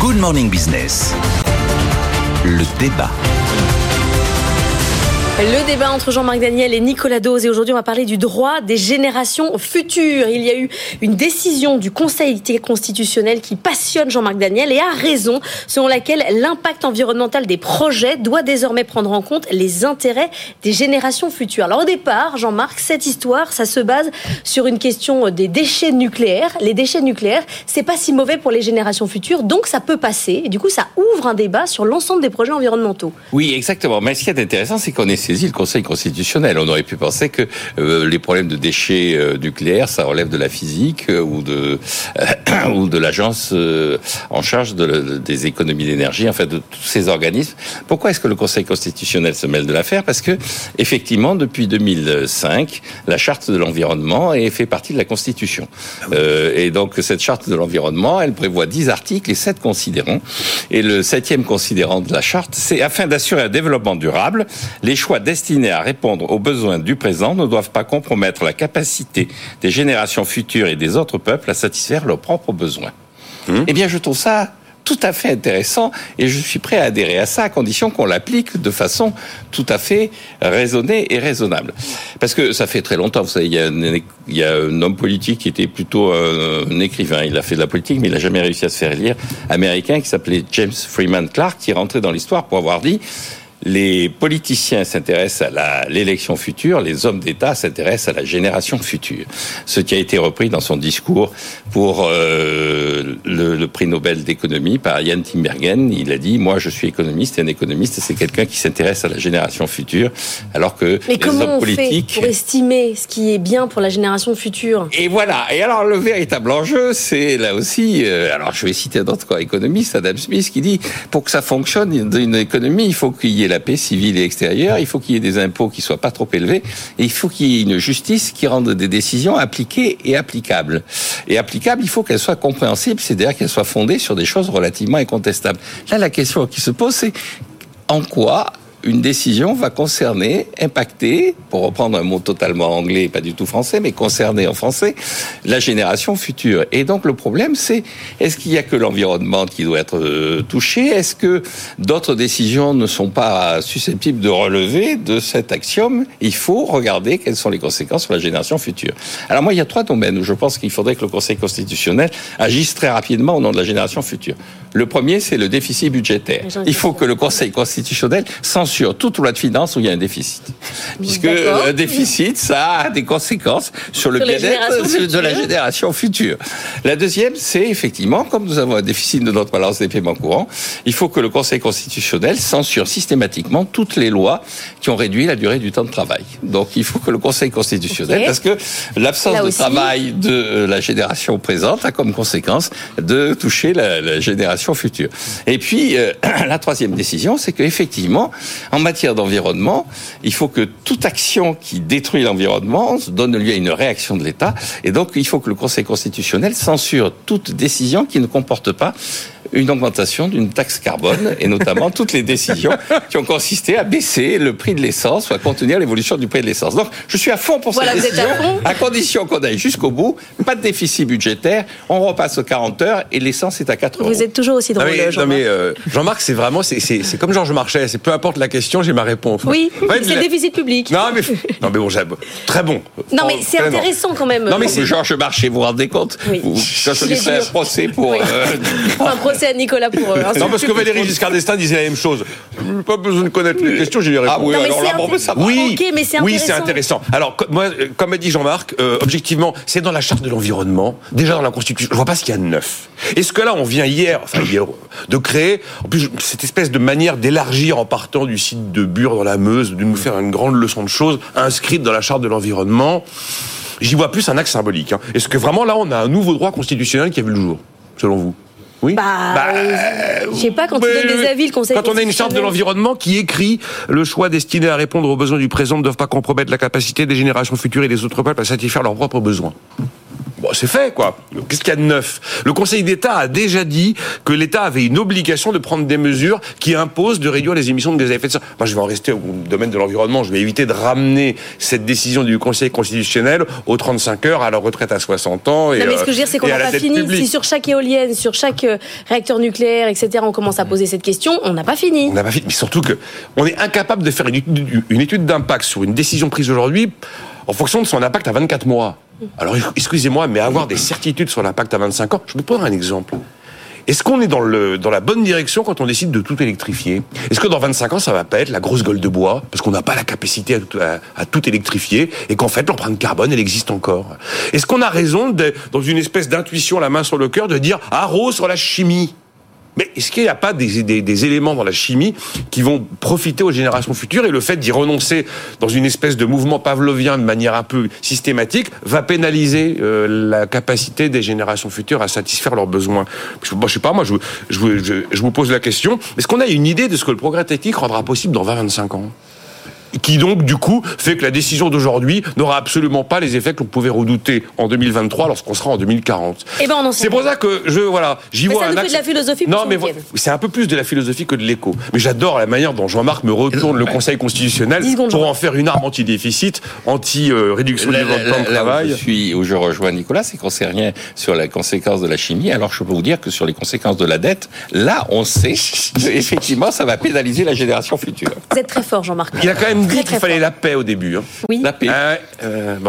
Good Morning Business. Le débat. Le débat entre Jean-Marc Daniel et Nicolas Dose. Et aujourd'hui, on va parler du droit des générations futures. Il y a eu une décision du Conseil constitutionnel qui passionne Jean-Marc Daniel et a raison, selon laquelle l'impact environnemental des projets doit désormais prendre en compte les intérêts des générations futures. Alors au départ, Jean-Marc, cette histoire, ça se base sur une question des déchets nucléaires. Les déchets nucléaires, c'est pas si mauvais pour les générations futures, donc ça peut passer. Et du coup, ça ouvre un débat sur l'ensemble des projets environnementaux. Oui, exactement. Mais ce qui est intéressant, c'est qu'on ait saisi le Conseil constitutionnel. On aurait pu penser que les problèmes de déchets nucléaires, ça relève de la physique ou de l'agence en charge des économies d'énergie, enfin de tous ces organismes. Pourquoi est-ce que le Conseil constitutionnel se mêle de l'affaire ? Parce que, effectivement, depuis 2005, la charte de l'environnement fait partie de la Constitution. Et donc, cette charte de l'environnement, elle prévoit 10 articles et 7 considérants. Et le 7e considérant de la charte, c'est afin d'assurer un développement durable, les choix destinés à répondre aux besoins du présent ne doivent pas compromettre la capacité des générations futures et des autres peuples à satisfaire leurs propres besoins. Eh bien, je trouve ça tout à fait intéressant et je suis prêt à adhérer à ça à condition qu'on l'applique de façon tout à fait raisonnée et raisonnable. Parce que ça fait très longtemps, vous savez, il y a un homme politique qui était plutôt un écrivain. Il a fait de la politique, mais il n'a jamais réussi à se faire lire, américain, qui s'appelait James Freeman Clarke, qui est rentré dans l'histoire pour avoir dit: les politiciens s'intéressent à l'élection future, les hommes d'État s'intéressent à la génération future. Ce qui a été repris dans son discours pour le prix Nobel d'économie par Ian Tinbergen. Il a dit: moi je suis économiste, et un économiste c'est quelqu'un qui s'intéresse à la génération future, alors que mais les hommes politiques... Mais comment on fait pour estimer ce qui est bien pour la génération future ? Et voilà. Et alors le véritable enjeu, c'est là aussi... alors je vais citer un autre économiste, Adam Smith, qui dit: pour que ça fonctionne, une économie, il faut qu'il y ait la paix civile et extérieure, il faut qu'il y ait des impôts qui soient pas trop élevés, et il faut qu'il y ait une justice qui rende des décisions appliquées et applicables. Et applicables, il faut qu'elles soient compréhensibles, c'est-à-dire qu'elles soient fondées sur des choses relativement incontestables. Là, la question qui se pose, c'est en quoi une décision va concerner, impacter, pour reprendre un mot totalement anglais, pas du tout français, mais concerner en français, la génération future. Et donc le problème, c'est: est-ce qu'il n'y a que l'environnement qui doit être touché ? Est-ce que d'autres décisions ne sont pas susceptibles de relever de cet axiome ? Il faut regarder quelles sont les conséquences sur la génération future. Alors moi, il y a 3 domaines où je pense qu'il faudrait que le Conseil constitutionnel agisse très rapidement au nom de la génération future. Le premier, c'est le déficit budgétaire. Il faut que le Conseil constitutionnel censure toute loi de finances où il y a un déficit. Puisque un déficit, ça a des conséquences sur le bien-être de la génération future. La deuxième, c'est effectivement, comme nous avons un déficit de notre balance des paiements courants, il faut que le Conseil constitutionnel censure systématiquement toutes les lois qui ont réduit la durée du temps de travail. Donc il faut que le Conseil constitutionnel, parce que l'absence de travail de la génération présente a comme conséquence de toucher la génération future. Et puis, la troisième décision, c'est qu'effectivement, en matière d'environnement, il faut que toute action qui détruit l'environnement donne lieu à une réaction de l'État. Et donc, il faut que le Conseil constitutionnel censure toute décision qui ne comporte pas une augmentation d'une taxe carbone, et notamment toutes les décisions qui ont consisté à baisser le prix de l'essence ou à contenir l'évolution du prix de l'essence. Donc, je suis à fond pour cette décision, à condition qu'on aille jusqu'au bout, pas de déficit budgétaire, on repasse aux 40 heures et l'essence est à 4 €. Vous êtes toujours aussi drôle, Jean-Marc. Jean-Marc, c'est vraiment, c'est comme Georges Marchais, c'est peu importe la question, j'ai ma réponse. Oui, c'est le déficit public. Non mais bon, très bon. Non mais c'est intéressant quand même. Non mais c'est Georges Marchais, vous vous rendez compte ? Oui. Quand je lui fais un procès pour... un procès à Nicolas pour... non, parce que Valéry Giscard d'Estaing disait la même chose. Je n'ai pas besoin de connaître les questions, j'ai les réponses. Ah oui, alors là, bon, ça va. Oui, mais c'est intéressant. Oui, c'est intéressant. Alors, moi, comme a dit Jean-Marc, objectivement, c'est dans la charte de l'environnement, déjà dans la Constitution. Je vois pas ce qu'il y a de neuf. Est-ce que là, on vient hier, de créer, en plus, cette espèce de manière d'élargir en partant du site de Bure dans la Meuse, de nous faire une grande leçon de choses inscrite dans la charte de l'environnement? J'y vois plus un axe symbolique. Est-ce que vraiment, là, on a un nouveau droit constitutionnel qui a vu le jour, selon vous? Oui. Je sais pas, quand il donne des avis, le Conseil Quand on a une charte de l'environnement qui écrit: le choix destiné à répondre aux besoins du présent ne doivent pas compromettre la capacité des générations futures et des autres peuples à satisfaire leurs propres besoins. Bon, c'est fait, quoi. Qu'est-ce qu'il y a de neuf? Le Conseil d'État a déjà dit que l'État avait une obligation de prendre des mesures qui imposent de réduire les émissions de gaz à effet de serre. Moi, je vais en rester au domaine de l'environnement. Je vais éviter de ramener cette décision du Conseil constitutionnel aux 35 heures, à la retraite à 60 ans. Et, non, mais ce que je veux dire, c'est qu'on n'a pas fini. Publique. Si sur chaque éolienne, sur chaque réacteur nucléaire, etc., on commence à poser cette question, on n'a pas fini. On n'a pas fini. Mais surtout que on est incapable de faire une étude d'impact sur une décision prise aujourd'hui en fonction de son impact à 24 mois. Alors, excusez-moi, mais avoir des certitudes sur l'impact à 25 ans, je vous prends un exemple. Est-ce qu'on est dans la bonne direction quand on décide de tout électrifier? Est-ce que dans 25 ans, ça va pas être la grosse gueule de bois, parce qu'on n'a pas la capacité à tout électrifier, et qu'en fait, l'empreinte carbone, elle existe encore? Est-ce qu'on a raison, dans une espèce d'intuition, la main sur le cœur, de dire « haro sur la chimie » Mais est-ce qu'il n'y a pas des éléments dans la chimie qui vont profiter aux générations futures, et le fait d'y renoncer dans une espèce de mouvement pavlovien de manière un peu systématique va pénaliser la capacité des générations futures à satisfaire leurs besoins? Je sais pas, moi je vous pose la question, est-ce qu'on a une idée de ce que le progrès technique rendra possible dans 20-25 ans? Qui donc, du coup, fait que la décision d'aujourd'hui n'aura absolument pas les effets que l'on pouvait redouter en 2023 lorsqu'on sera en 2040. Eh ben, on en sait c'est pour ça que j'y vois un axe. C'est un peu de la philosophie. Non, mais c'est un peu plus de la philosophie que de l'écho. Mais j'adore la manière dont Jean-Marc me retourne le Conseil constitutionnel pour en faire une arme anti-déficit, anti-réduction du temps de travail. Où je rejoins Nicolas, c'est qu'on sait rien sur la conséquence de la chimie. Alors, je peux vous dire que sur les conséquences de la dette, là, on sait effectivement, ça va pénaliser la génération future. Vous êtes très fort, Jean-Marc. Il a quand même dit qu'il fallait la paix au début. Oui. La paix.